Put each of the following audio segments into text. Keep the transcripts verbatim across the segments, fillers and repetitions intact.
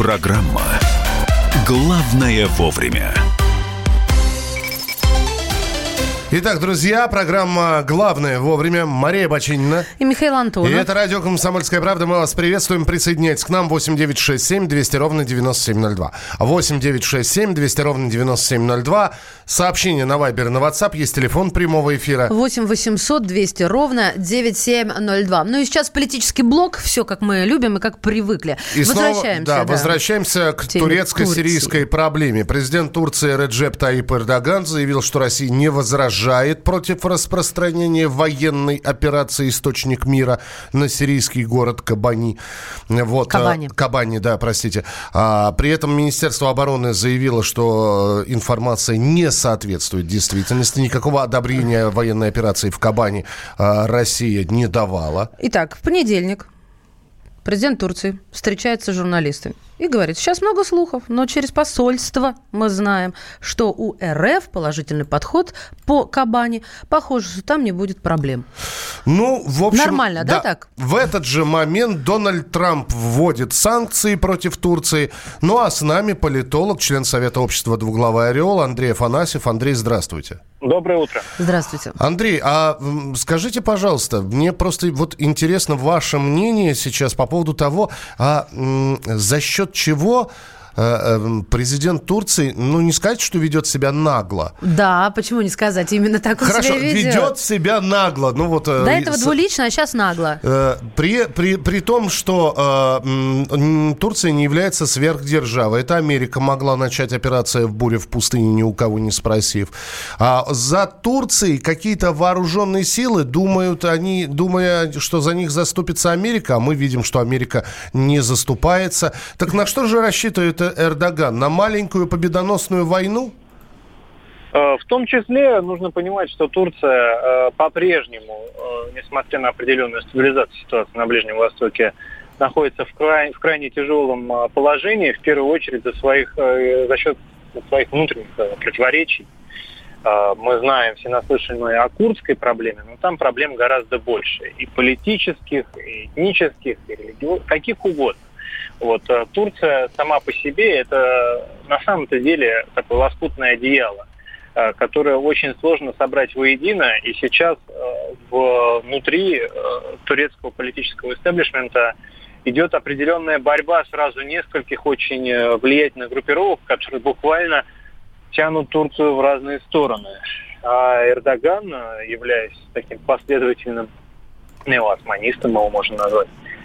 Программа «Главное вовремя». Итак, друзья, программа «Главное вовремя». Мария Бачинина. И Михаил Антонов. И это радио «Комсомольская правда». Мы вас приветствуем. Присоединяйтесь к нам. восемь девятьсот шестьдесят семь двести ровно девяносто семь ноль два. восемь девятьсот шестьдесят семь двести ровно девяносто семь ноль два. Сообщение на Вайбер и на WhatsApp. Есть телефон прямого эфира. восемь восемьсот двести ровно девяносто семь ноль два. Ну и сейчас политический блок. Все, как мы любим и как привыкли. И возвращаемся. Снова, да, да, возвращаемся к турецко-сирийской проблеме. Президент Турции Реджеп Таyyip Эрдоган заявил, что Россия не возражает против распространения военной операции «Источник мира» на сирийский город Кобани. Вот, Кобани. Кобани, да, простите. А, при этом Министерство обороны заявило, что информация не соответствует действительности. Никакого одобрения военной операции в Кобани а, Россия не давала. Итак, в понедельник президент Турции встречается с журналистами и говорит, сейчас много слухов, но через посольство мы знаем, что у РФ положительный подход по Кобани. Похоже, что там не будет проблем. Ну, в общем... Нормально, да, да, так? В этот же момент Дональд Трамп вводит санкции против Турции. Ну, а с нами политолог, член Совета общества «Двуглавый орел» Андрей Афанасьев. Андрей, здравствуйте. Доброе утро. Здравствуйте. Андрей, а скажите, пожалуйста, мне просто вот интересно ваше мнение сейчас по поводу того, а м, за счет чего президент Турции, ну, не сказать, что ведет себя нагло. Да, почему не сказать? Именно так он Хорошо, себя ведет. ведет себя нагло. Ну, вот, До этого с... двулично, а сейчас нагло. При, при, при том, что э, Турция не является сверхдержавой. Это Америка могла начать операцию в буре в пустыне, ни у кого не спросив. А за Турцией какие-то вооруженные силы думают, они, думая, что за них заступится Америка, а мы видим, что Америка не заступается. Так на что же рассчитывает Эрдоган? На маленькую победоносную войну? В том числе нужно понимать, что Турция по-прежнему, несмотря на определенную стабилизацию ситуации на Ближнем Востоке, находится в, край, в крайне тяжелом положении, в первую очередь за, своих, за счет своих внутренних противоречий. Мы знаем все наслышанные о курдской проблеме, но там проблем гораздо больше. И политических, и этнических, и религиозных, каких угодно. Вот, Турция сама по себе это на самом-то деле такое лоскутное одеяло, которое очень сложно собрать воедино. И сейчас внутри турецкого политического истеблишмента идет определенная борьба сразу нескольких очень влиятельных группировок, которые буквально тянут Турцию в разные стороны. А Эрдоган, являясь таким последовательным неоосманистом, его можно назвать,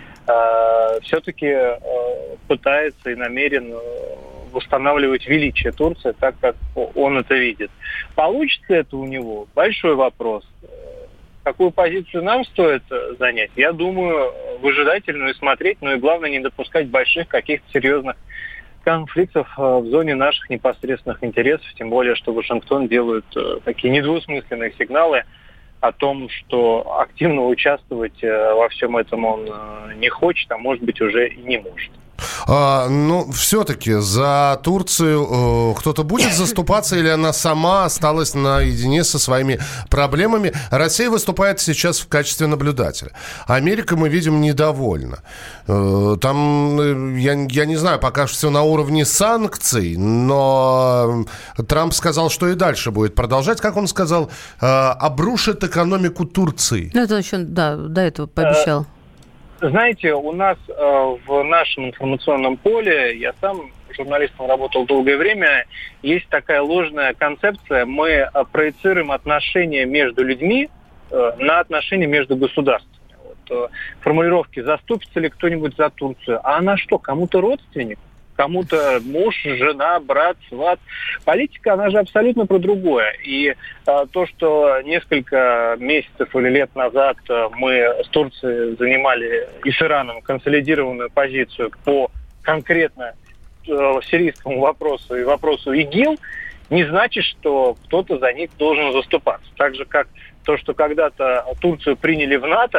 все-таки пытается и намерен восстанавливать величие Турции так, как он это видит. Получится это у него? Большой вопрос. Какую позицию нам стоит занять? Я думаю, выжидательную смотреть, но и главное не допускать больших каких-то серьезных конфликтов в зоне наших непосредственных интересов, тем более, что Вашингтон делает такие недвусмысленные сигналы о том, что активно участвовать во всем этом он не хочет, а может быть уже и не может. А, ну, все-таки за Турцию э, кто-то будет заступаться или она сама осталась наедине со своими проблемами? Россия выступает сейчас в качестве наблюдателя. Америка, мы видим, недовольна. Э, там, я, я не знаю, пока что все на уровне санкций, но Трамп сказал, что и дальше будет продолжать. Как он сказал, э, обрушит экономику Турции. Ну, это еще, да, до этого пообещал. Знаете, у нас э, в нашем информационном поле, я сам журналистом работал долгое время, есть такая ложная концепция, мы э, проецируем отношения между людьми э, на отношения между государствами. Вот, э, формулировки «заступится ли кто-нибудь за Турцию», а она что, кому-то родственник? Кому-то муж, жена, брат, сват. Политика, она же абсолютно про другое. И а, то, что несколько месяцев или лет назад а, мы с Турцией занимали и с Ираном консолидированную позицию по конкретно а, сирийскому вопросу и вопросу ИГИЛ, не значит, что кто-то за них должен заступаться. Так же, как то, что когда-то Турцию приняли в НАТО,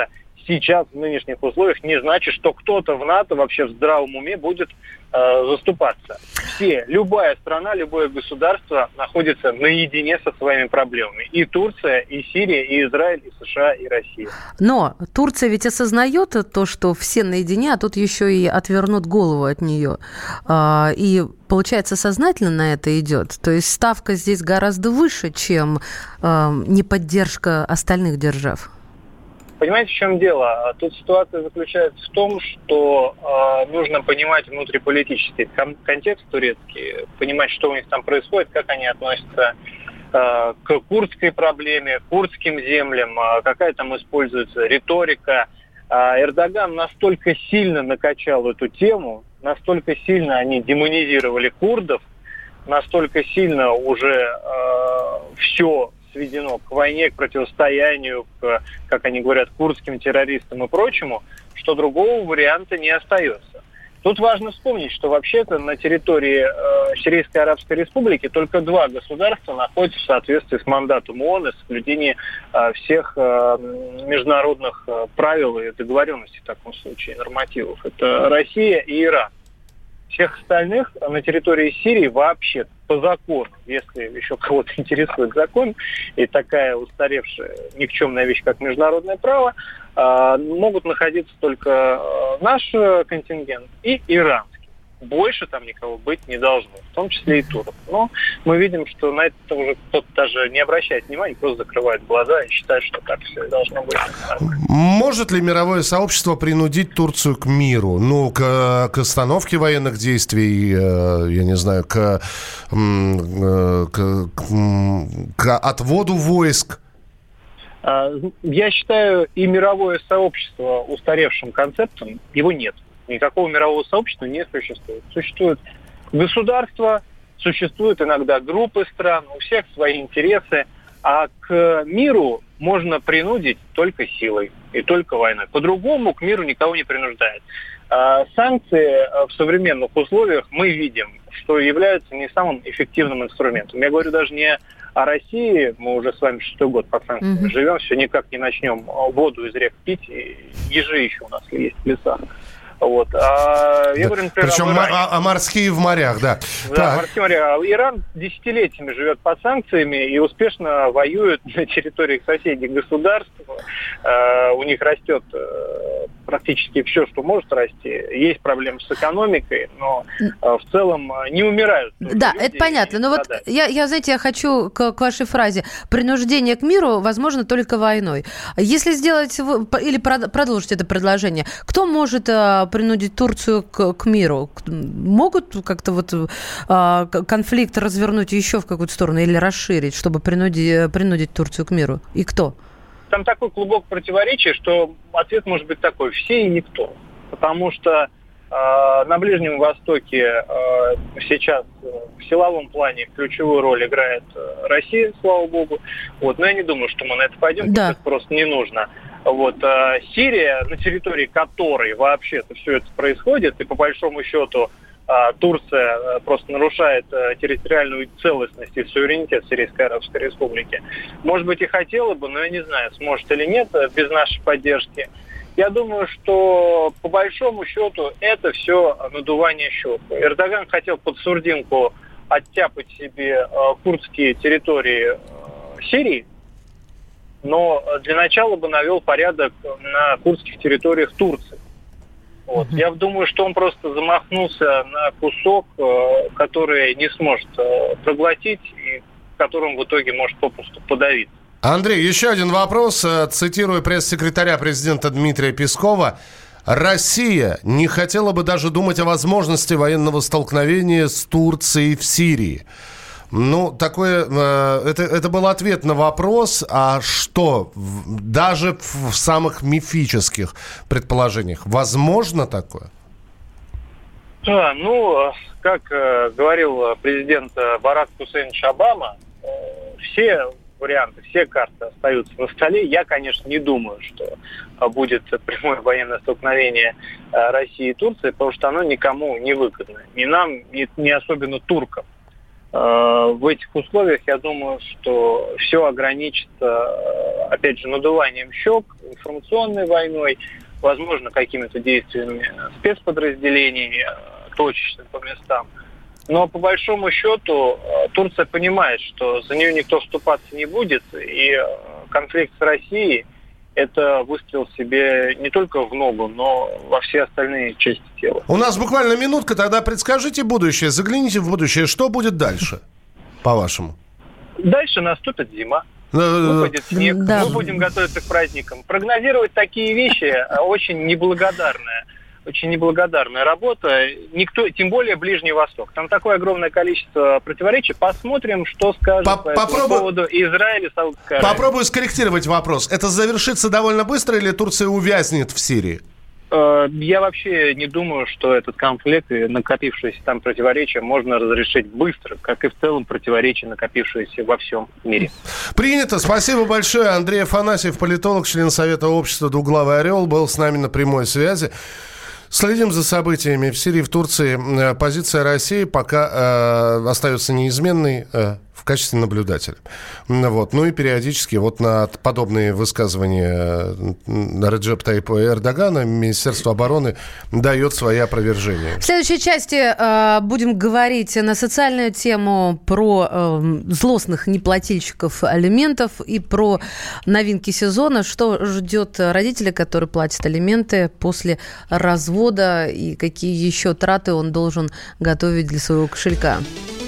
сейчас в нынешних условиях не значит, что кто-то в НАТО вообще в здравом уме будет э, заступаться. Все, любая страна, любое государство находится наедине со своими проблемами. И Турция, и Сирия, и Израиль, и США, и Россия. Но Турция ведь осознает то, что все наедине, а тут еще и отвернут голову от нее. И получается, сознательно на это идет. То есть ставка здесь гораздо выше, чем неподдержка остальных держав. Понимаете, в чем дело? Тут ситуация заключается в том, что э, нужно понимать внутриполитический кон- контекст турецкий, понимать, что у них там происходит, как они относятся э, к курдской проблеме, курдским землям, э, какая там используется риторика. Э, Эрдоган настолько сильно накачал эту тему, настолько сильно они демонизировали курдов, настолько сильно уже э, все сведено к войне, к противостоянию, к, как они говорят, курдским террористам и прочему, что другого варианта не остается. Тут важно вспомнить, что вообще-то на территории э, Сирийской Арабской Республики только два государства находятся в соответствии с мандатом ООН и соблюдении э, всех э, международных э, правил и договоренностей в таком случае, нормативов. Это Россия и Иран. Всех остальных на территории Сирии вообще по закону, если еще кого-то интересует закон и такая устаревшая никчемная вещь, как международное право, могут находиться только наш контингент и иранский. Больше там никого быть не должно, в том числе и турок. Но мы видим, что на это уже кто-то даже не обращает внимания, просто закрывает глаза и считает, что так все и должно быть. Может ли мировое сообщество принудить Турцию к миру? Ну, к, к остановке военных действий, я не знаю, к, к, к, к отводу войск? Я считаю, и мировое сообщество устаревшим концептом, его нет. Никакого мирового сообщества не существует. Существуют государства, существуют иногда группы стран, у всех свои интересы, а к миру можно принудить только силой и только войной. По-другому к миру никого не принуждает. Санкции в современных условиях мы видим, что являются не самым эффективным инструментом. Я говорю даже не о России, мы уже с вами шестой год под санкциями mm-hmm. живем, все никак не начнем воду из рек пить, и ежи еще у нас есть в лесах. Вот. А, я да. говорю, например, Причем а, а морские в морях, да. Да, морские моря. Иран десятилетиями живет под санкциями и успешно воюет на территориях соседних государств. А, у них растет а, практически все, что может расти. Есть проблемы с экономикой, но а, в целом не умирают. Да, это понятно. Но вот я, я, знаете, я хочу к, к вашей фразе. Принуждение к миру возможно только войной. Если сделать или продолжить это предложение, кто может принудить Турцию к, к миру? Могут как-то вот а, конфликт развернуть еще в какую-то сторону или расширить, чтобы принудить, принудить Турцию к миру? И кто? Там такой клубок противоречий, что ответ может быть такой: все и никто. Потому что э, на Ближнем Востоке э, сейчас в силовом плане ключевую роль играет Россия, слава богу. Вот. Но я не думаю, что мы на это пойдем, да. Это просто не нужно. Вот, э, Сирия, на территории которой вообще-то все это происходит, и по большому счету э, Турция э, просто нарушает э, территориальную целостность и суверенитет Сирийской Арабской Республики, может быть, и хотела бы, но я не знаю, сможет или нет э, без нашей поддержки. Я думаю, что по большому счету это все надувание щек. Эрдоган хотел под сурдинку оттяпать себе э, курдские территории э, Сирии, но для начала бы навел порядок на курдских территориях Турции. Вот. Mm-hmm. Я думаю, что он просто замахнулся на кусок, который не сможет проглотить и которым в итоге может попросту подавиться. Андрей, еще один вопрос. Цитирую пресс-секретаря президента Дмитрия Пескова. Россия не хотела бы даже думать о возможности военного столкновения с Турцией в Сирии. Ну, такое, э, это, это был ответ на вопрос, а что, в, даже в, в самых мифических предположениях, возможно такое? А, ну, как э, говорил президент Барак Хусейнович Обама, э, все варианты, все карты остаются на столе. Я, конечно, не думаю, что будет прямое военное столкновение э, России и Турции, потому что оно никому не выгодно. Ни нам, ни, ни особенно туркам. В этих условиях, я думаю, что все ограничится, опять же, надуванием щек, информационной войной, возможно, какими-то действиями спецподразделений, точечно по местам. Но по большому счету Турция понимает, что за нее никто вступаться не будет, и конфликт с Россией – это выстрел себе не только в ногу, но во все остальные части тела. У нас буквально минутка, тогда предскажите будущее, загляните в будущее. Что будет дальше, по-вашему? Дальше наступит зима. Выпадет снег, да. Мы будем готовиться к праздникам. Прогнозировать такие вещи очень неблагодарная, очень неблагодарная работа. Никто, тем более Ближний Восток. Там такое огромное количество противоречий. Посмотрим, что скажет по, по попробуй, этому поводу Израиль и Саудовская Аравия. Попробую скорректировать вопрос. Это завершится довольно быстро или Турция увязнет в Сирии? Я вообще не думаю, что этот конфликт и накопившиеся там противоречия можно разрешить быстро, как и в целом противоречия, накопившиеся во всем мире. Принято. Спасибо большое. Андрей Афанасьев, политолог, член Совета общества «Двуглавый орел», был с нами на прямой связи. Следим за событиями в Сирии, в Турции. Позиция России пока э, остается неизменной э, в качестве наблюдателя. Вот. Ну и периодически вот на подобные высказывания Реджепа Тайипа Эрдогана Министерство обороны дает свои опровержения. В следующей части э, будем говорить на социальную тему про э, злостных неплательщиков алиментов и про новинки сезона, что ждет родителя, который платит алименты после развода и какие еще траты он должен готовить для своего кошелька.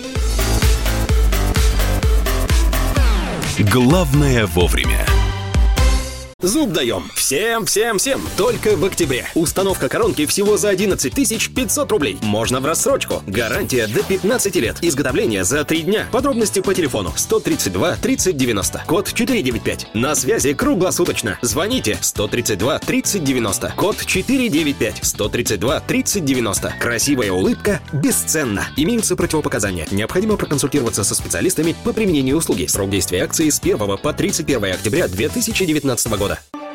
Главное вовремя. Зуб даем. Всем, всем, всем. Только в октябре. Установка коронки всего за одиннадцать тысяч пятьсот рублей. Можно в рассрочку. Гарантия до пятнадцати лет. Изготовление за три дня. Подробности по телефону сто тридцать два тридцать девяносто. Код четыре девять пять. На связи круглосуточно. Звоните сто тридцать два тридцать девяносто. Код четыре девять пять. сто тридцать два тридцать девяносто. Красивая улыбка бесценна. Имеются противопоказания. Необходимо проконсультироваться со специалистами по применению услуги. Срок действия акции с первого по тридцать первое октября две тысячи девятнадцатого года.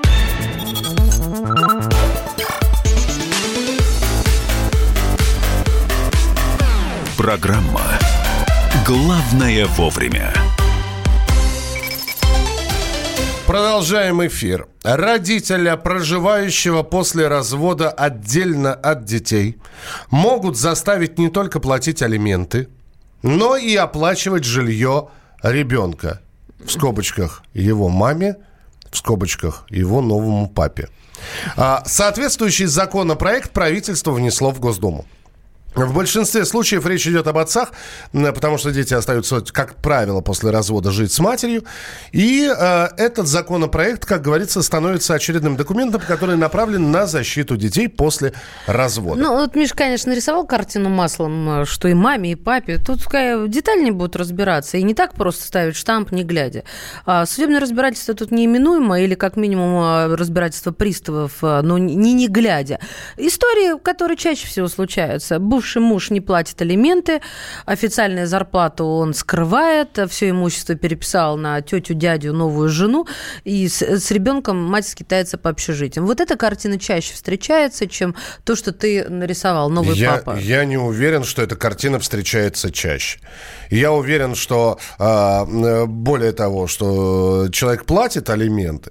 Программа «Главное вовремя». Продолжаем эфир. Родителя, проживающего после развода отдельно от детей, могут заставить не только платить алименты, но и оплачивать жилье ребенка. В скобочках его маме, в скобочках его новому папе. Соответствующий законопроект правительство внесло в Госдуму. В большинстве случаев речь идет об отцах, потому что дети остаются, как правило, после развода жить с матерью. И э, этот законопроект, как говорится, становится очередным документом, который направлен на защиту детей после развода. Ну, вот Миша, конечно, нарисовал картину маслом, что и маме, и папе. Тут детальнее будут разбираться. И не так просто ставить штамп, не глядя. А судебное разбирательство тут неименуемо, или как минимум разбирательство приставов, но не не глядя. Истории, которые чаще всего случаются. Бывший муж не платит алименты, официальную зарплату он скрывает, все имущество переписал на тетю, дядю, новую жену, и с, с ребенком мать скитается по общежитиям. Вот эта картина чаще встречается, чем то, что ты нарисовал, новый я, папа. Я не уверен, что эта картина встречается чаще. Я уверен, что э, более того, что человек платит алименты,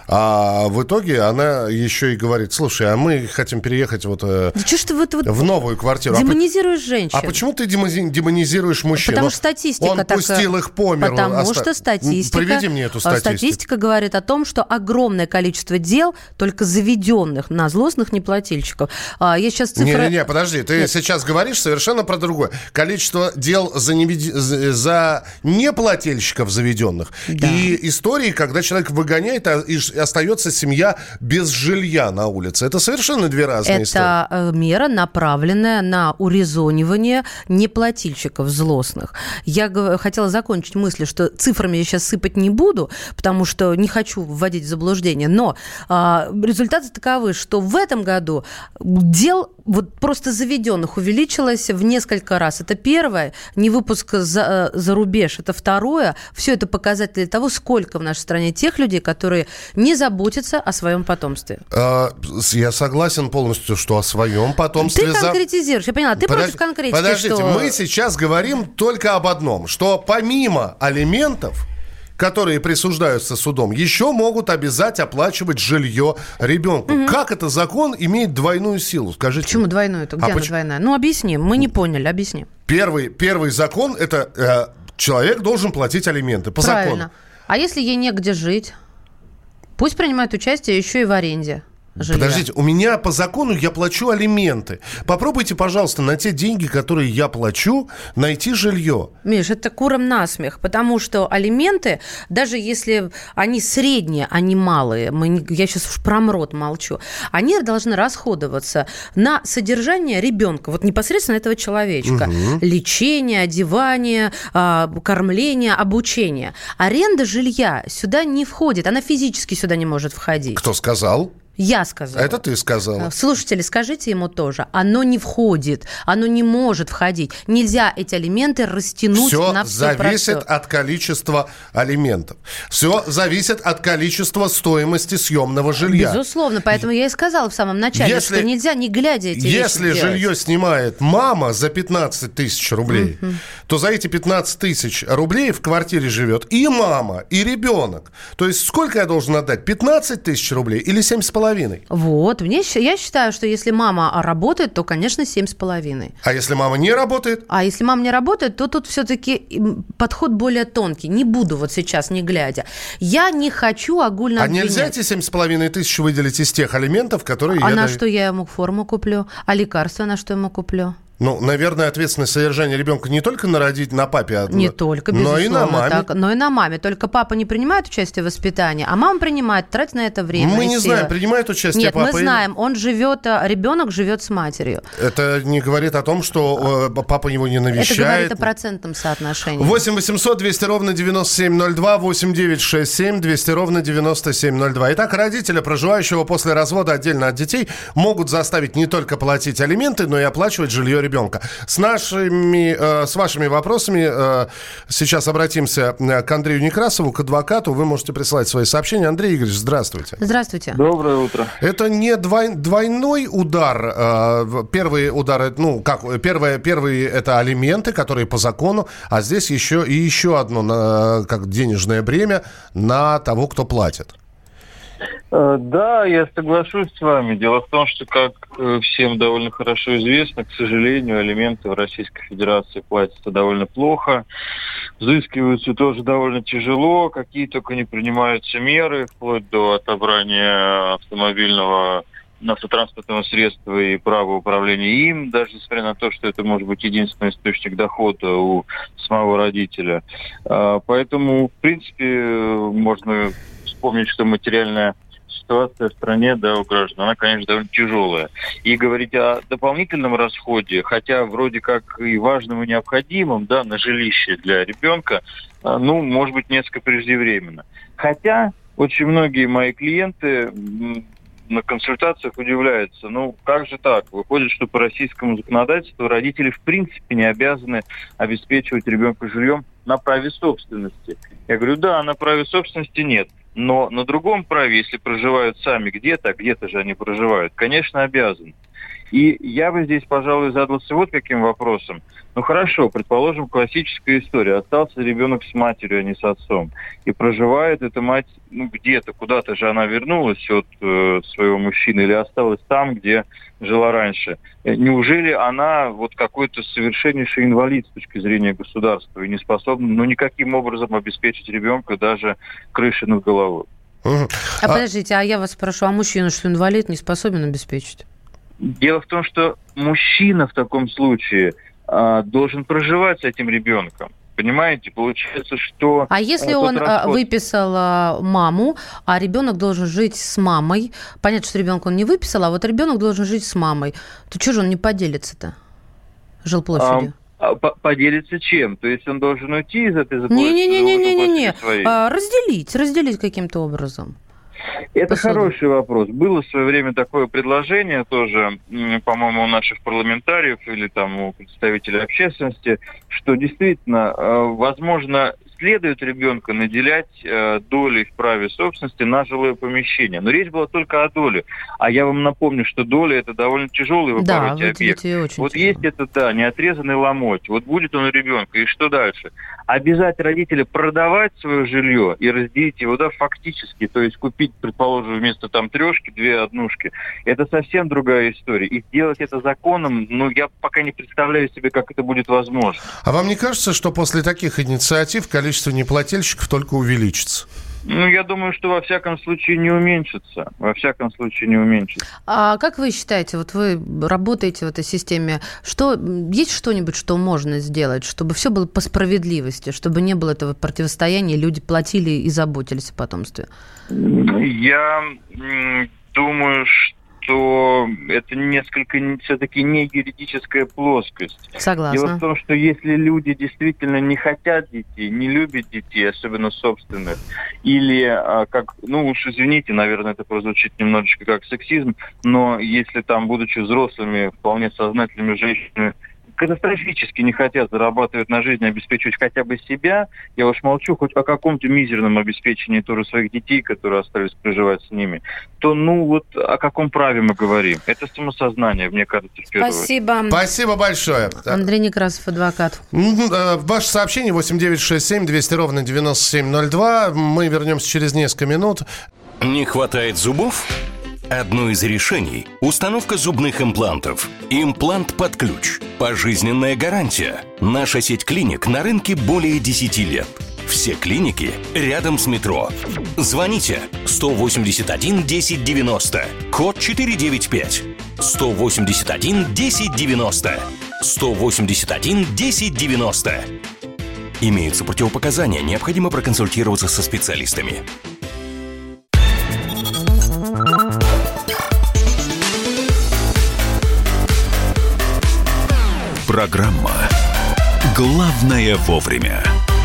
а в итоге она еще и говорит: слушай, а мы хотим переехать вот, э, да что ж ты вот, вот в новую квартиру. демонизируешь женщин. А почему ты демонизируешь мужчин? Потому что статистика Он так... пустил их по миру. Потому оста... что статистика... Приведи мне эту статистику. Статистика говорит о том, что огромное количество дел, только заведенных на злостных неплательщиков. Я сейчас цифры... Не-не-не, подожди, ты Нет. сейчас говоришь совершенно про другое. Количество дел за, невед... за неплательщиков заведенных. Да. И истории, когда человек выгоняет, и остается семья без жилья на улице. Это совершенно две разные Это истории. Это мера, направленная на урезонивание неплательщиков злостных. Я хотела закончить мысль, что цифрами я сейчас сыпать не буду, потому что не хочу вводить в заблуждение, но а, результаты таковы, что в этом году дел вот просто заведенных увеличилось в несколько раз. Это первое, не выпуск за, за рубеж, это второе. Все это показатели того, сколько в нашей стране тех людей, которые не заботятся о своем потомстве. А, я согласен полностью, что о своем потомстве... Ты конкретизируешь. Я поняла, надо. Ты Подож... против конкретики, Подождите, что... мы сейчас говорим только об одном, что помимо алиментов, которые присуждаются судом, еще могут обязать оплачивать жилье ребенку. Угу. Как это закон имеет двойную силу? Скажите. Почему двойную? Это где а она поч... двойная? Ну, объясни. Мы не поняли, объясни. Первый, первый закон – это э, человек должен платить алименты по Правильно. закону. А если ей негде жить? Пусть принимает участие еще и в аренде жилья. Подождите, у меня по закону я плачу алименты. Попробуйте, пожалуйста, на те деньги, которые я плачу, найти жилье. Миш, это курам насмех, потому что алименты, даже если они средние, а не малые, мы не, я сейчас уж про МРОД молчу, они должны расходоваться на содержание ребенка, вот непосредственно этого человечка. Угу. Лечение, одевание, кормление, обучение. Аренда жилья сюда не входит, она физически сюда не может входить. Кто сказал? Я сказала. Это ты сказала. Слушатели, скажите ему тоже. Оно не входит, оно не может входить. Нельзя эти алименты растянуть все на все зависит от количества алиментов. Все зависит от количества стоимости съемного жилья. Безусловно, поэтому я и сказала в самом начале, если, что нельзя не глядя эти если вещи жилье делать. Снимает мама за пятнадцать тысяч рублей, mm-hmm. то за эти пятнадцать тысяч рублей в квартире живет и мама, и ребенок. То есть сколько я должен отдать? пятнадцать тысяч рублей или семь с половиной? Вот, мне, я считаю, что если мама работает, то, конечно, семь с половиной. А если мама не работает? А если мама не работает, то тут все-таки подход более тонкий. Не буду вот сейчас, не глядя. Я не хочу огульно А обвинять. нельзя эти семь с половиной тысяч выделить из тех алиментов, которые а я... А на даю? что я ему форму куплю? А лекарства на что ему куплю? Ну, наверное, ответственность содержания ребенка не только на родить, на папе, а не только, безусловно, но и на маме. Так, но и на маме. Только папа не принимает участие в воспитании, а мама принимает, тратит на это время. Мы не силы. знаем, принимает участие Нет, папа. мы знаем, он живет, ребенок живет с матерью. Это не говорит о том, что папа его не навещает. Это говорит о процентном соотношении. восемь восемьсот двести ровно девяносто семь ноль два, восемь девятьсот шестьдесят семь двести ровно девяносто семь ноль два. Итак, родители, проживающего после развода отдельно от детей, могут заставить не только платить алименты, но и оплачивать жилье ребенка. С нашими, э, с вашими вопросами э, сейчас обратимся к Андрею Некрасову, к адвокату. Вы можете присылать свои сообщения. Андрей Игоревич, здравствуйте. Здравствуйте. Доброе утро. Это не двой, двойной удар. Э, первый удар, ну, как, первое, первый это алименты, которые по закону, а здесь еще и еще одно, на, как денежное бремя на того, кто платит. Да, я соглашусь с вами. Дело в том, что, как всем довольно хорошо известно, к сожалению, алименты в Российской Федерации платятся довольно плохо, взыскиваются тоже довольно тяжело, какие только не принимаются меры, вплоть до отобрания автомобильного автотранспортного средства и права управления им, даже несмотря на то, что это может быть единственный источник дохода у самого родителя. Поэтому, в принципе, можно вспомнить, что материальная ситуация в стране, да, у граждан, она, конечно, довольно тяжелая. И говорить о дополнительном расходе, хотя вроде как и важным, и необходимым, да, на жилище для ребенка, ну, может быть, несколько преждевременно. Хотя очень многие мои клиенты на консультациях удивляются, ну, как же так? Выходит, что по российскому законодательству родители в принципе не обязаны обеспечивать ребенка жильем на праве собственности. Я говорю, да, на праве собственности нет. Но на другом праве, если проживают сами где-то, а где-то же они проживают, конечно, обязаны. И я бы здесь, пожалуй, задался вот каким вопросом. Ну хорошо, предположим, классическая история. Остался ребенок с матерью, а не с отцом. И проживает эта мать, ну где-то, куда-то же она вернулась от э, своего мужчины или осталась там, где жила раньше. Неужели она вот какой-то совершеннейший инвалид с точки зрения государства и не способна, ну, никаким образом обеспечить ребенка даже крышей над головой? А, а подождите, а я вас спрошу, а мужчина, что инвалид, не способен обеспечить? Дело в том, что мужчина в таком случае а, должен проживать с этим ребенком. Понимаете, получается, что... А если а, он расход... выписал а, маму, а ребенок должен жить с мамой, понятно, что ребенка он не выписал, а вот ребенок должен жить с мамой, то что же он не поделится-то жилплощадью? А, а, поделится чем? То есть он должен уйти из этой жилплощади? Не-не-не-не-не-не, а, разделить, разделить каким-то образом. Это Посуду. Хороший вопрос. Было в свое время такое предложение тоже, по-моему, у наших парламентариев или там у представителей общественности, что действительно, возможно, следует ребенка наделять э, долей в праве собственности на жилое помещение. Но речь была только о доле. А я вам напомню, что доля – это довольно тяжелый в обороте да, объект. Очень вот тяжело. Есть это, да, неотрезанный ломоть. Вот будет он у ребенка, и что дальше? Обязать родителя продавать свое жилье и разделить его, да, фактически, то есть купить, предположим, вместо там трешки две однушки, это совсем другая история. И сделать это законом, ну, я пока не представляю себе, как это будет возможно. А вам не кажется, что после таких инициатив количество неплательщиков только увеличится? Ну, я думаю, что во всяком случае не уменьшится. Во всяком случае не уменьшится. А как вы считаете, вот вы работаете в этой системе, что есть что-нибудь, что можно сделать, чтобы все было по справедливости, чтобы не было этого противостояния, люди платили и заботились о потомстве? Я м, думаю, что что это несколько все-таки не юридическая плоскость. Согласна. Дело в том, что если люди действительно не хотят детей, не любят детей, особенно собственных, или, как, ну уж извините, наверное, это прозвучит немножечко как сексизм, но если там, будучи взрослыми, вполне сознательными женщинами, катастрофически не хотят зарабатывать на жизнь, обеспечивать хотя бы себя, я уж молчу хоть о каком-то мизерном обеспечении тоже своих детей, которые остались проживать с ними, то ну вот о каком праве мы говорим? Это самосознание, мне кажется, в первую очередь. Спасибо. Спасибо большое. Андрей Некрасов, адвокат. Ваше сообщение восемь девятьсот шестьдесят семь двести ровно девяносто семь ноль два. Мы вернемся через несколько минут. Не хватает зубов? Одно из решений – установка зубных имплантов. Имплант под ключ. Пожизненная гарантия. Наша сеть клиник на рынке более десять лет. Все клиники рядом с метро. Звоните сто восемьдесят один десять девяносто, код четыреста девяносто пять. сто восемьдесят один десять девяносто. сто восемьдесят один десять девяносто. Имеются противопоказания, необходимо проконсультироваться со специалистами. Программа «Главное вовремя».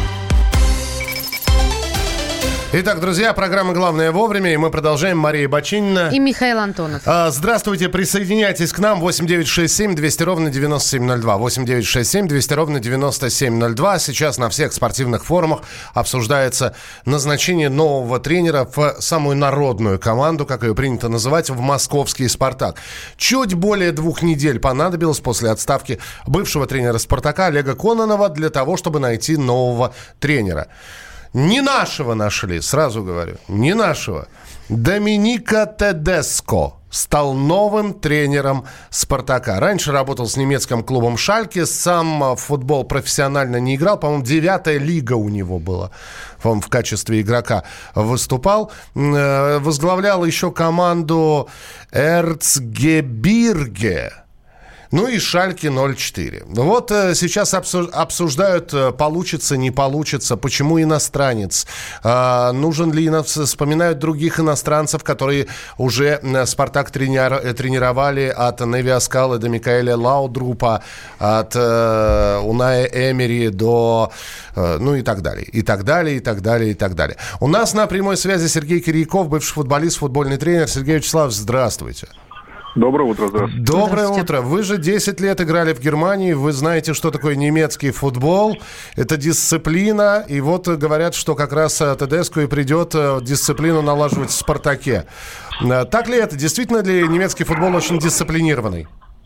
Итак, друзья, программа «Главное вовремя», и мы продолжаем. Мария Бачинина. И Михаил Антонов. Здравствуйте, присоединяйтесь к нам. восемь девятьсот шестьдесят семь двести ровно девяносто семь ноль два. восемь девятьсот шестьдесят семь двести ровно девяносто семь ноль два. Сейчас на всех спортивных форумах обсуждается назначение нового тренера в самую народную команду, как ее принято называть, в московский «Спартак». Чуть более двух недель понадобилось после отставки бывшего тренера «Спартака» Олега Кононова для того, чтобы найти нового тренера. Не нашего нашли, сразу говорю, не нашего. Доминика Тедеско стал новым тренером «Спартака». Раньше работал с немецким клубом «Шальке», сам в футбол профессионально не играл, по-моему, девятая лига у него была, он в качестве игрока выступал. Возглавлял еще команду «Эрцгебирге». Ну и «Шальке ноль четыре». Вот сейчас обсуждают, получится, не получится, почему иностранец, нужен ли, вспоминают других иностранцев, которые уже «Спартак» тренировали, от Неви Аскалы до Микаэля Лаудрупа, от Уная Эмери до, ну и так далее, и так далее, и так далее, и так далее. У нас на прямой связи Сергей Кирьяков, бывший футболист, футбольный тренер. Сергей Вячеславович, здравствуйте. Доброе утро, здравствуйте. Доброе утро. Вы же десять лет играли в Германии, вы знаете, что такое немецкий футбол. Это дисциплина, и вот говорят, что как раз Тедеско и придет дисциплину налаживать в «Спартаке». Так ли это? Действительно ли немецкий футбол очень дисциплинированный?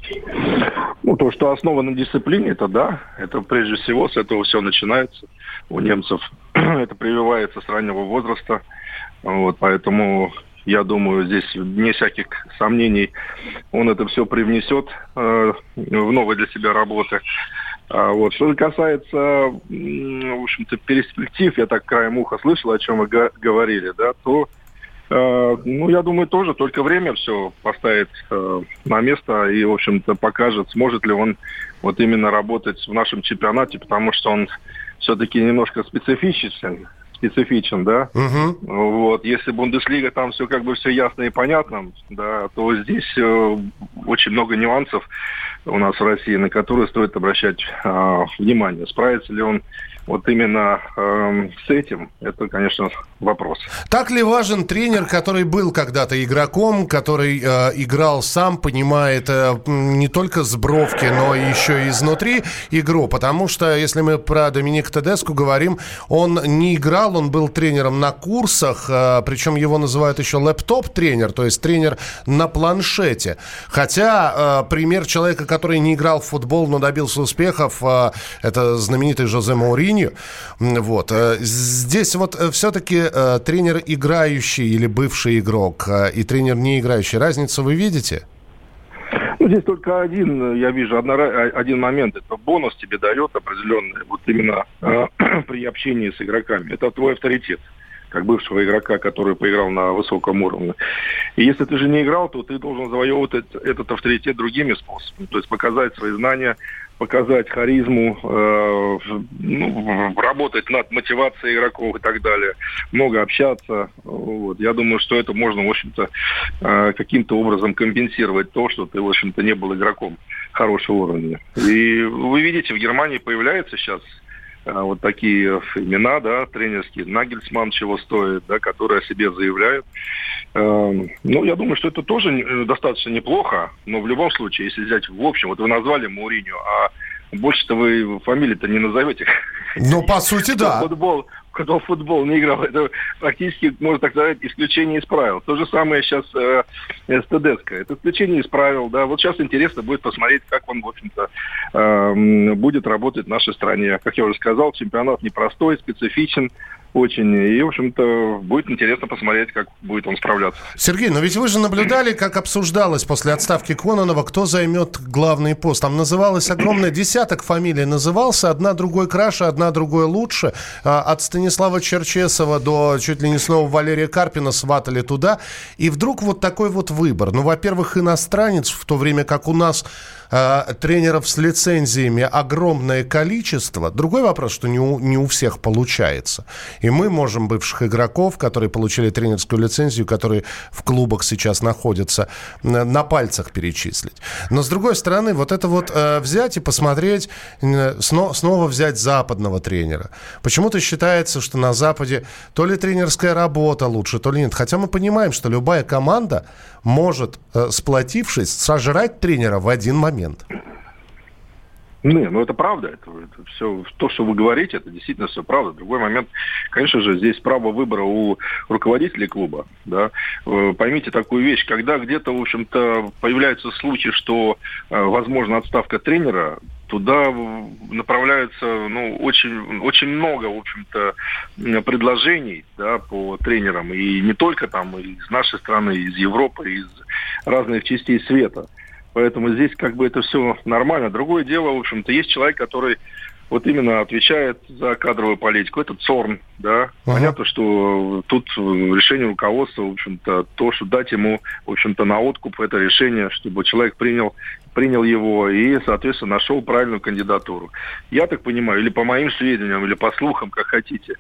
Ну, то, что основано на дисциплине, это да. Это прежде всего с этого все начинается у немцев. Это прививается с раннего возраста. Вот, поэтому... Я думаю, здесь вне всяких сомнений он это все привнесет э, в новые для себя работы. А вот. Что же касается, в общем-то, перспектив, я так краем уха слышал, о чем вы га- говорили, да, то, э, ну, я думаю, тоже только время все поставит э, на место и, в общем-то, покажет, сможет ли он вот именно работать в нашем чемпионате, потому что он все-таки немножко специфичен. специфичен, да. Uh-huh. Вот. Если Бундеслига, там все как бы все ясно и понятно, да, то здесь э, очень много нюансов у нас в России, на которые стоит обращать э, внимание. Справится ли он вот именно э, с этим, это, конечно, вопрос. Так ли важен тренер, который был когда-то игроком, который э, играл сам, понимает э, не только с бровки, но еще и изнутри игру? Потому что, если мы про Доминика Тедеску говорим, он не играл, он был тренером на курсах, э, причем его называют еще лэптоп-тренер, то есть тренер на планшете. Хотя э, пример человека, который не играл в футбол, но добился успехов, э, это знаменитый Жозе Мауриньо. Вот. Здесь вот все-таки э, тренер играющий или бывший игрок э, и тренер не играющий, разницу вы видите? Ну, здесь только один, я вижу, одна, один момент. Это бонус тебе дает определенный, вот именно э, при общении с игроками. Это твой авторитет, как бывшего игрока, который поиграл на высоком уровне. И если ты же не играл, то ты должен завоевывать этот, этот авторитет другими способами. То есть показать свои знания, показать харизму, э, ну, работать над мотивацией игроков и так далее, много общаться. Вот. Я думаю, что это можно, в общем-то, э, каким-то образом компенсировать то, что ты, в общем-то, не был игроком хорошего уровня. И вы видите, в Германии появляются сейчас э, вот такие имена, да, тренерские. Нагельсман чего стоит, да, которые о себе заявляют. Ну, я думаю, что это тоже достаточно неплохо, но в любом случае, если взять в общем, вот вы назвали Мауриньо, а больше-то вы фамилии-то не назовете. Ну, по сути, да. Футбол, кто в футбол не играл, это практически, можно так сказать, исключение из правил. То же самое сейчас э, с Тедеско. Это исключение из правил, да. Вот сейчас интересно будет посмотреть, как он, в общем-то, э, будет работать в нашей стране. Как я уже сказал, чемпионат непростой, специфичен очень. И, в общем-то, будет интересно посмотреть, как будет он справляться. Сергей, но ведь вы же наблюдали, как обсуждалось после отставки Кононова, кто займет главный пост. Там называлось огромное, десяток фамилий назывался, одна другой краше, одна другой лучше. От Станислава Черчесова до чуть ли не снова Валерия Карпина сватали туда. И вдруг вот такой вот выбор. Ну, во-первых, иностранец, в то время как у нас э, тренеров с лицензиями огромное количество. Другой вопрос, что не у, не у всех получается. И мы можем бывших игроков, которые получили тренерскую лицензию, которые в клубах сейчас находятся, на пальцах перечислить. Но, с другой стороны, вот это вот э, взять и посмотреть, э, сно, снова взять западного тренера. Почему-то считается, что на Западе то ли тренерская работа лучше, то ли нет. Хотя мы понимаем, что любая команда может, э, сплотившись, сожрать тренера в один момент. Не, ну это правда, это, это все, то, что вы говорите, это действительно все правда. Другой момент, конечно же, здесь право выбора у руководителей клуба, да. Поймите такую вещь, когда где-то, в общем-то, появляются случаи, что, возможно, отставка тренера, туда направляются, ну, очень, очень много, в общем-то, предложений, да, по тренерам, и не только там из нашей страны, из Европы, из разных частей света. Поэтому здесь как бы это все нормально. Другое дело, в общем-то, есть человек, который вот именно отвечает за кадровую политику. Это ЦОРН, да. Uh-huh. Понятно, что тут решение руководства, в общем-то, то, что дать ему, в общем-то, на откуп это решение, чтобы человек принял, принял его и, соответственно, нашел правильную кандидатуру. Я так понимаю, или по моим сведениям, или по слухам, как хотите,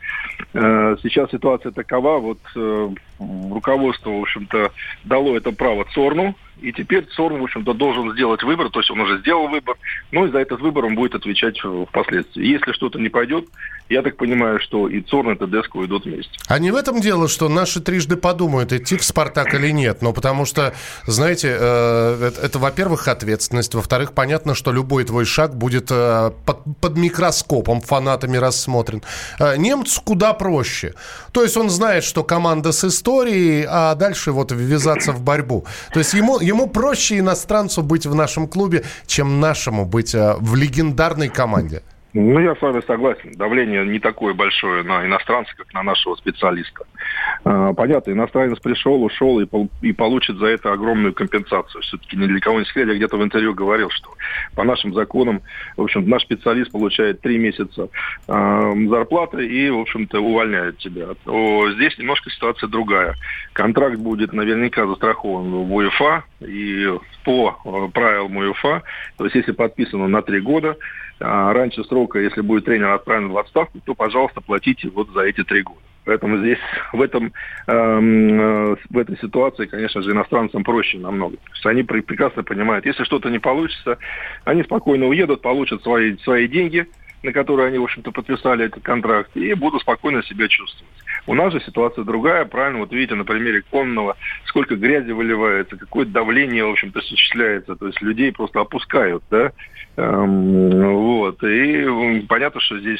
сейчас ситуация такова, вот руководство, в общем-то, дало это право ЦОРНу, и теперь ЦОРН, в общем-то, должен сделать выбор, то есть он уже сделал выбор, но и за этот выбор он будет отвечать впоследствии. Если что-то не пойдет, я так понимаю, что и ЦОРН, и Тедеско уйдут вместе. А не в этом дело, что наши трижды подумают, идти в «Спартак» или нет, но потому что, знаете, э, это, это, во-первых, ответственность, во-вторых, понятно, что любой твой шаг будет э, под, под микроскопом фанатами рассмотрен. Э, немцу куда проще. То есть он знает, что команда с историей, а дальше вот ввязаться в борьбу. То есть ему Ему проще иностранцу быть в нашем клубе, чем нашему быть э, в легендарной команде. Ну, я с вами согласен. Давление не такое большое на иностранца, как на нашего специалиста. Понятно, иностранец пришел, ушел и, пол- и получит за это огромную компенсацию. Все-таки ни для кого не секрет. Я где-то в интервью говорил, что по нашим законам, в общем, наш специалист получает три месяца э, зарплаты и, в общем-то, увольняет тебя. То здесь немножко ситуация другая. Контракт будет наверняка застрахован в УЕФА и по э, правилам УЕФА. То есть, если подписано на три года, раньше срока, если будет тренер отправлен в отставку, то, пожалуйста, платите вот за эти три года. Поэтому здесь, в, этом, э, в этой ситуации, конечно же, иностранцам проще намного. То есть они пр- прекрасно понимают, если что-то не получится, они спокойно уедут, получат свои, свои деньги, на которые они, в общем-то, подписали этот контракт, и будут спокойно себя чувствовать. У нас же ситуация другая, правильно, вот видите, на примере Конного, сколько грязи выливается, какое давление, в общем-то, осуществляется, то есть людей просто опускают, да, эм, вот, и понятно, что здесь...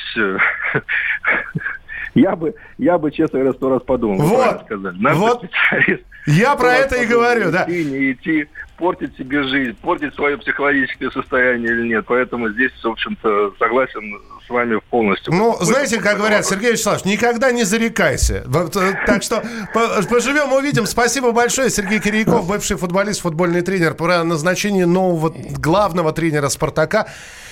Я бы, я бы, честно говоря, сто раз подумал. Вот, вот. Я про это и говорю, да. Идти, не идти, портить себе жизнь, портить свое психологическое состояние или нет. Поэтому здесь, в общем-то, согласен с вами полностью. Ну, знаете, как говорят, Сергей Вячеславович, никогда не зарекайся. Так что поживем, увидим. Спасибо большое. Сергей Кирьяков, бывший футболист, футбольный тренер, про назначение нового главного тренера «Спартака».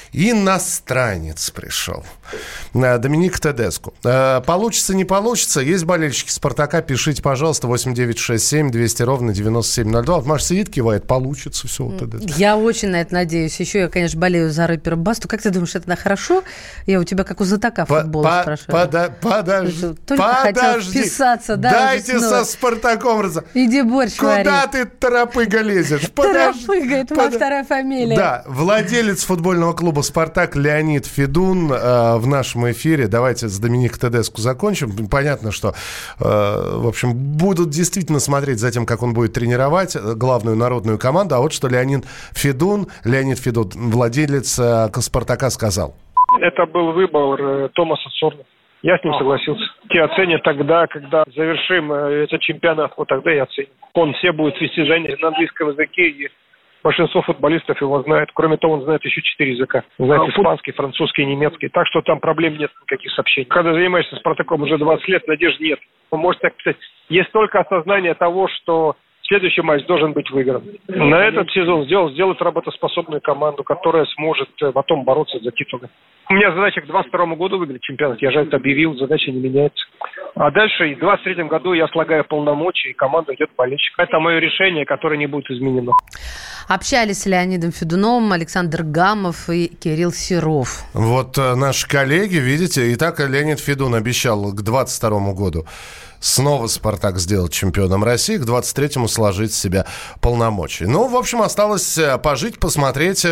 Иностранец пришел. Доминик Тедеску. Получится, не получится. Есть болельщики «Спартака». Пишите, пожалуйста, восемь девятьсот шестьдесят семь двести ровно девяносто семь ноль два. Вот Маша сидит, кивает. Получится все. Вот это. Я очень на это надеюсь. Еще я, конечно, болею за рэпера Басту. Как ты думаешь, это хорошо? Я у тебя как у знатока футбола по- спрашиваю. Пода- подожди. Только подожди. хотел вписаться. Да, дайте со «Спартаком». Раз... Иди борщ вари. Куда ты, торопыга, лезешь? Торопыга, это моя вторая фамилия. Да, владелец футбольного клуба «Спартак» Леонид Федун э, в нашем эфире. Давайте с Домиником Тедеску закончим. Понятно, что, э, в общем, будут действительно смотреть за тем, как он будет тренировать главную народную команду. А вот что Леонид Федун, Леонид Федун, владелец э, «Спартака», сказал. Это был выбор э, Томаса Сорна. Я с ним согласился. Те оценят тогда, когда завершим э, этот чемпионат. Вот тогда и оценим. Он все будет вести занятия на английском языке, и большинство футболистов его знает. Кроме того, он знает еще четыре языка. Он знает испанский, французский, немецкий. Так что там проблем нет никаких сообщений. Когда занимаешься «Спартаком» уже двадцать лет, надежд нет. Он может так сказать, есть только осознание того, что следующий матч должен быть выигран. На этот сезон сделал, сделать работоспособную команду, которая сможет потом бороться за титулы. У меня задача к двадцать второму году выиграть чемпионат. Я же это объявил, задача не меняется. А дальше и в двадцать третьем году я слагаю полномочия, и команда идет болельщик. Это мое решение, которое не будет изменено. Общались с Леонидом Федуновым Александр Гамов и Кирилл Серов. Вот э, наши коллеги, видите, и так Леонид Федун обещал к двадцать второму году снова «Спартак» сделать чемпионом России, к двадцать третьему сложить в себя полномочия. Ну, в общем, осталось пожить, посмотреть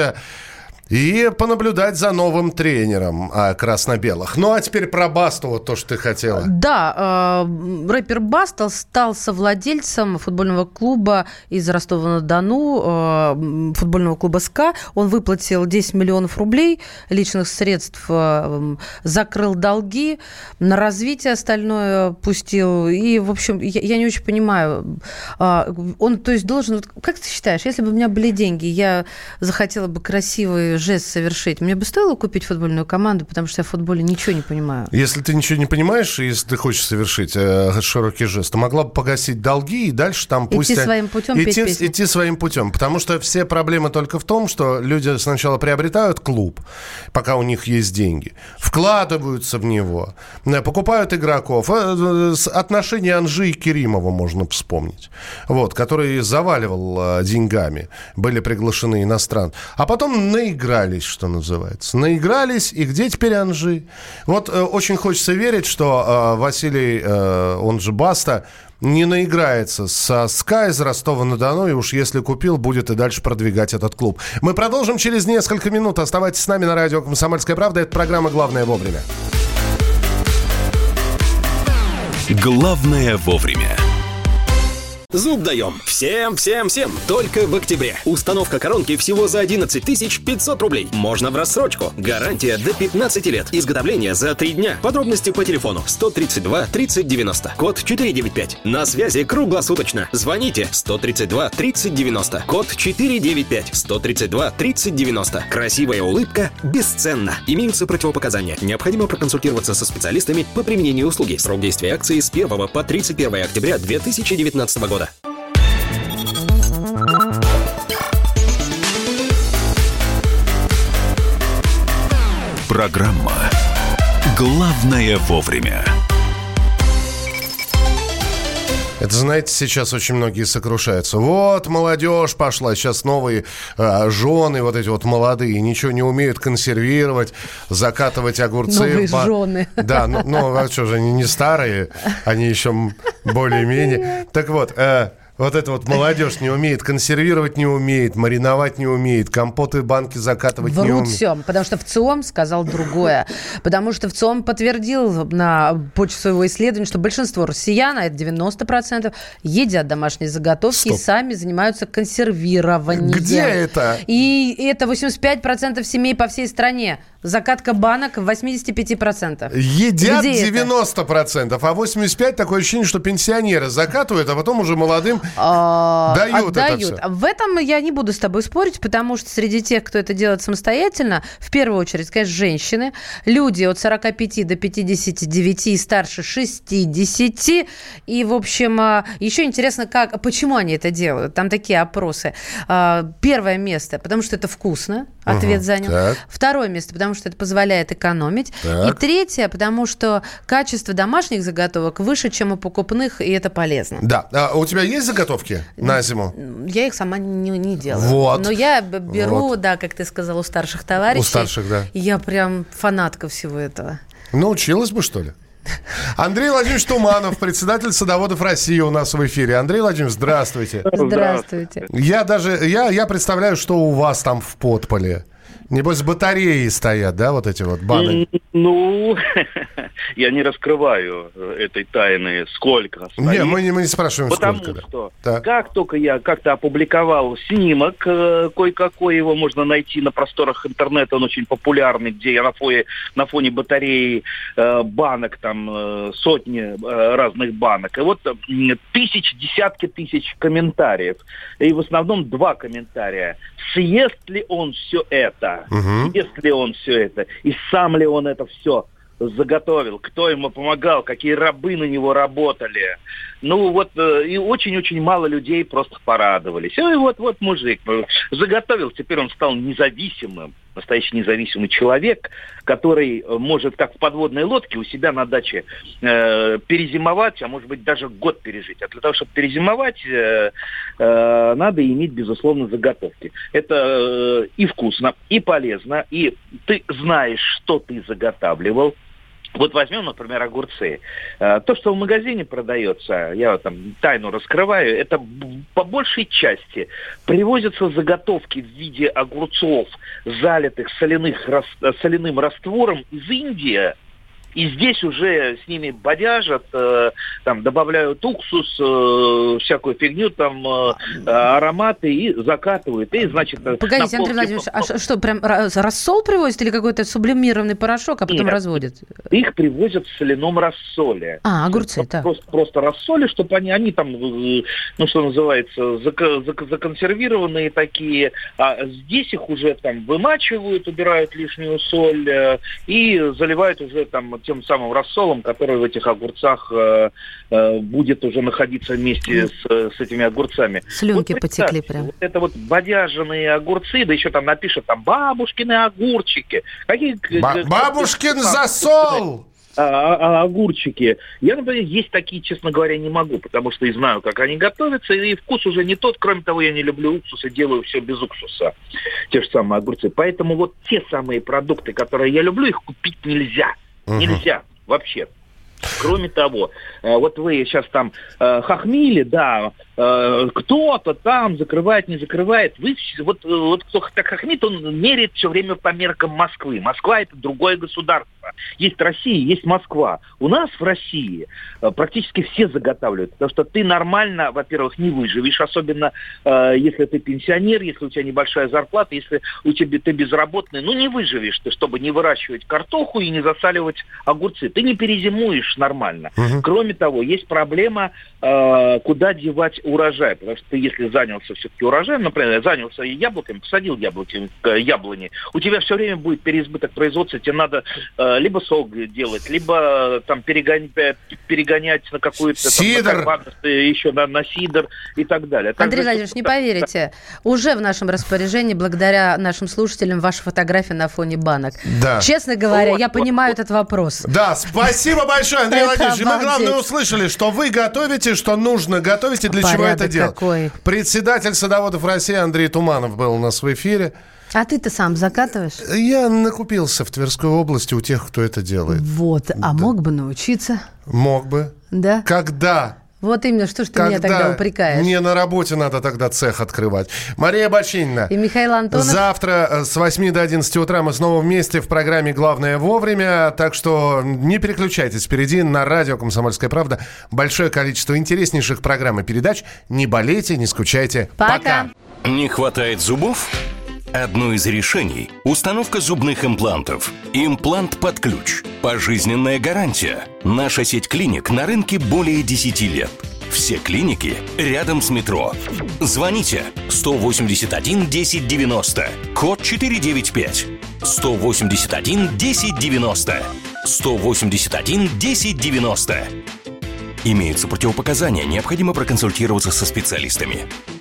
и понаблюдать за новым тренером а, красно-белых. Ну, а теперь про Басту, вот то, что ты хотела. Да, э, рэпер Баста стал совладельцем футбольного клуба из Ростова-на-Дону, э, футбольного клуба «СКА». Он выплатил десять миллионов рублей личных средств, э, закрыл долги, на развитие остальное пустил. И, в общем, я, я не очень понимаю. Э, он, то есть, должен... Как ты считаешь, если бы у меня были деньги, я захотела бы красивый жест совершить, мне бы стоило купить футбольную команду, потому что я в футболе ничего не понимаю. Если ты ничего не понимаешь, и если ты хочешь совершить э, широкий жест, то могла бы погасить долги и дальше там пусть... Идти своим путем, идти, петь песню. Идти своим путем, потому что все проблемы только в том, что люди сначала приобретают клуб, пока у них есть деньги, вкладываются в него, покупают игроков. Отношения Анжи и Керимова можно вспомнить, вот, который заваливал деньгами, были приглашены иностранцы, а потом наиграли. Наигрались, что называется. Наигрались, и где теперь Анжи? Вот э, очень хочется верить, что э, Василий, э, он же Баста, не наиграется со «СКА» из Ростова-на-Дону, и уж если купил, будет и дальше продвигать этот клуб. Мы продолжим через несколько минут. Оставайтесь с нами на радио «Комсомольская правда». Это программа «Главное вовремя». Главное вовремя. Зуб даем. Всем, всем, всем. Только в октябре. Установка коронки всего за одиннадцать тысяч пятьсот рублей. Можно в рассрочку. Гарантия до пятнадцати лет. Изготовление за три дня. Подробности по телефону сто тридцать два тридцать девяносто. Код четыреста девяносто пять. На связи круглосуточно. Звоните сто тридцать два тридцать девяносто. Код четыреста девяносто пять. сто тридцать два тридцать девяносто. Красивая улыбка бесценна. Имеются противопоказания. Необходимо проконсультироваться со специалистами по применению услуги. Срок действия акции с первого по тридцать первое октября две тысячи девятнадцатого года. Программа «Главное вовремя». Это, знаете, сейчас очень многие сокрушаются. Вот, молодежь пошла, сейчас новые э, жены, вот эти вот молодые, ничего не умеют консервировать, закатывать огурцы. Новые ба... жены. Да, ну, ну а что же, они не старые, они еще более-менее. Так вот, э, вот эта вот молодежь не умеет, консервировать не умеет, мариновать не умеет, компоты, банки закатывать Врут не умеет. все, потому что ВЦИОМ сказал другое. Потому что ВЦИОМ подтвердил на почве своего исследования, что большинство россиян, а это девяносто процентов, едят домашние заготовки Стоп. и сами занимаются консервированием. Где это? И это восемьдесят пять процентов семей по всей стране. Закатка банок в восемьдесят пять процентов. Едят Где девяносто процентов, а восемьдесят пять процентов такое ощущение, что пенсионеры закатывают, а потом уже молодым А, дают это отдают. всё. В этом я не буду с тобой спорить, потому что среди тех, кто это делает самостоятельно, в первую очередь, конечно, женщины, люди от сорока пяти до пятидесяти девяти и старше шестидесяти. И, в общем, еще интересно, как, почему они это делают. Там такие опросы. Первое место, потому что это вкусно. Ответ Угу, занял. так. Второе место, потому что это позволяет экономить. Так. И третье, потому что качество домашних заготовок выше, чем у покупных, и это полезно. Да. А у тебя есть заготовки на зиму? Я их сама не, не делаю. Вот. Но я б- беру, Вот. да, как ты сказал, у старших товарищей. У старших, да. И я прям фанатка всего этого. Научилась бы, что ли? Андрей Владимирович Туманов, председатель садоводов России у нас в эфире. Андрей Владимирович, здравствуйте. Здравствуйте. Я даже, я, я представляю, что у вас там в подполе. Небось, батареи стоят, да, вот эти вот баны? Ну, я не раскрываю этой тайны, сколько стоит. Не, мы не, мы не спрашиваем, Потому сколько. что, да. как только я как-то опубликовал снимок, э, кое-какой, его можно найти на просторах интернета, он очень популярный, где я на фоне, на фоне батареи э, банок, там э, сотни э, разных банок. И вот э, тысяч, десятки тысяч комментариев. И в основном два комментария. Съест ли он все это? Угу. Ест ли он все это? И сам ли он это все заготовил? Кто ему помогал? Какие рабы на него работали? Ну вот, э, и очень-очень мало людей просто порадовались. И вот, вот мужик заготовил, теперь он стал независимым, настоящий независимый человек, который может, как в подводной лодке, у себя на даче э, перезимовать, а может быть даже год пережить. А для того, чтобы перезимовать, э, э, надо иметь, безусловно, заготовки. Это э, и вкусно, и полезно, и ты знаешь, что ты заготавливал. Вот возьмем, например, огурцы. То, что в магазине продается, я там тайну раскрываю, это по большей части привозятся заготовки в виде огурцов, залитых соляных, соляным раствором из Индии. И здесь уже с ними бодяжат, э, там добавляют уксус, э, всякую фигню, там э, ароматы и закатывают. И, значит, Погодите, Андрей Владимирович, а что, что, прям рассол привозят или какой-то сублимированный порошок, а потом Нет, разводят? Их привозят в соляном рассоле. А, огурцы, так. Просто, просто рассоле, чтобы они, они там, ну, что называется, зак- зак- законсервированные такие. А здесь их уже там вымачивают, убирают лишнюю соль э, и заливают уже там тем самым рассолом, который в этих огурцах э, э, будет уже находиться вместе с, с этими огурцами. Слюнки вот, потекли так, прям. Вот это вот бодяжные огурцы, да еще там напишут там бабушкины огурчики. Какие, Ба- бабушкин засол! А, а, огурчики. Я, например, есть такие, честно говоря, не могу, потому что и знаю, как они готовятся, и вкус уже не тот. Кроме того, я не люблю уксус и делаю все без уксуса. Те же самые огурцы. Поэтому вот те самые продукты, которые я люблю, их купить нельзя. Uh-huh. Нельзя вообще. Кроме того, вот вы сейчас там э, хохмили, да, э, кто-то там закрывает, не закрывает. Вы, вот, вот кто так хохмит, он меряет все время по меркам Москвы. Москва – это другое государство. Есть Россия, есть Москва. У нас в России э, практически все заготавливают, потому что ты нормально, во-первых, не выживешь, особенно э, если ты пенсионер, если у тебя небольшая зарплата, если у тебя ты безработный, ну не выживешь ты, чтобы не выращивать картоху и не засаливать огурцы. Ты не перезимуешь нормально. Угу. Кроме того, есть проблема, э, куда девать урожай, потому что ты, если занялся все-таки урожаем, например, занялся яблоками, посадил яблоки, яблони, у тебя все время будет переизбыток производства, тебе надо э, либо сок делать, либо там перегонять, перегонять на какую-то сидр, там, на еще на, на сидр и так далее. Так Андрей же, Владимирович, не поверите, уже в нашем распоряжении, благодаря нашим слушателям, ваша фотография на фоне банок. Да. Честно говоря, вот, я вот, понимаю вот. этот вопрос. Да, спасибо большое, Андрей Это Владимирович. Мы, главное, обалдеть. услышали, что вы готовите, что нужно готовить и для чего Порядок это делать. какой. Председатель садоводов России Андрей Туманов был у нас в эфире. А ты-то сам закатываешь? Я накупился в Тверской области у тех, кто это делает. Вот, а Да. мог бы научиться? Мог бы. Да? Когда? Вот именно, что ж ты Когда меня тогда упрекаешь? мне на работе надо тогда цех открывать. Мария Бочинина. И Михаил Антонов. Завтра с восьми до одиннадцати утра мы снова вместе в программе «Главное вовремя». Так что не переключайтесь. Впереди на радио «Комсомольская правда» большое количество интереснейших программ и передач. Не болейте, не скучайте. Пока. Не хватает зубов? Одно из решений – установка зубных имплантов. Имплант под ключ. Пожизненная гарантия. Наша сеть клиник на рынке более десяти лет. Все клиники рядом с метро. Звоните сто восемьдесят один десять девяносто, код четыреста девяносто пять. сто восемьдесят один десять девяносто. сто восемьдесят один десять девяносто. Имеются противопоказания, необходимо проконсультироваться со специалистами.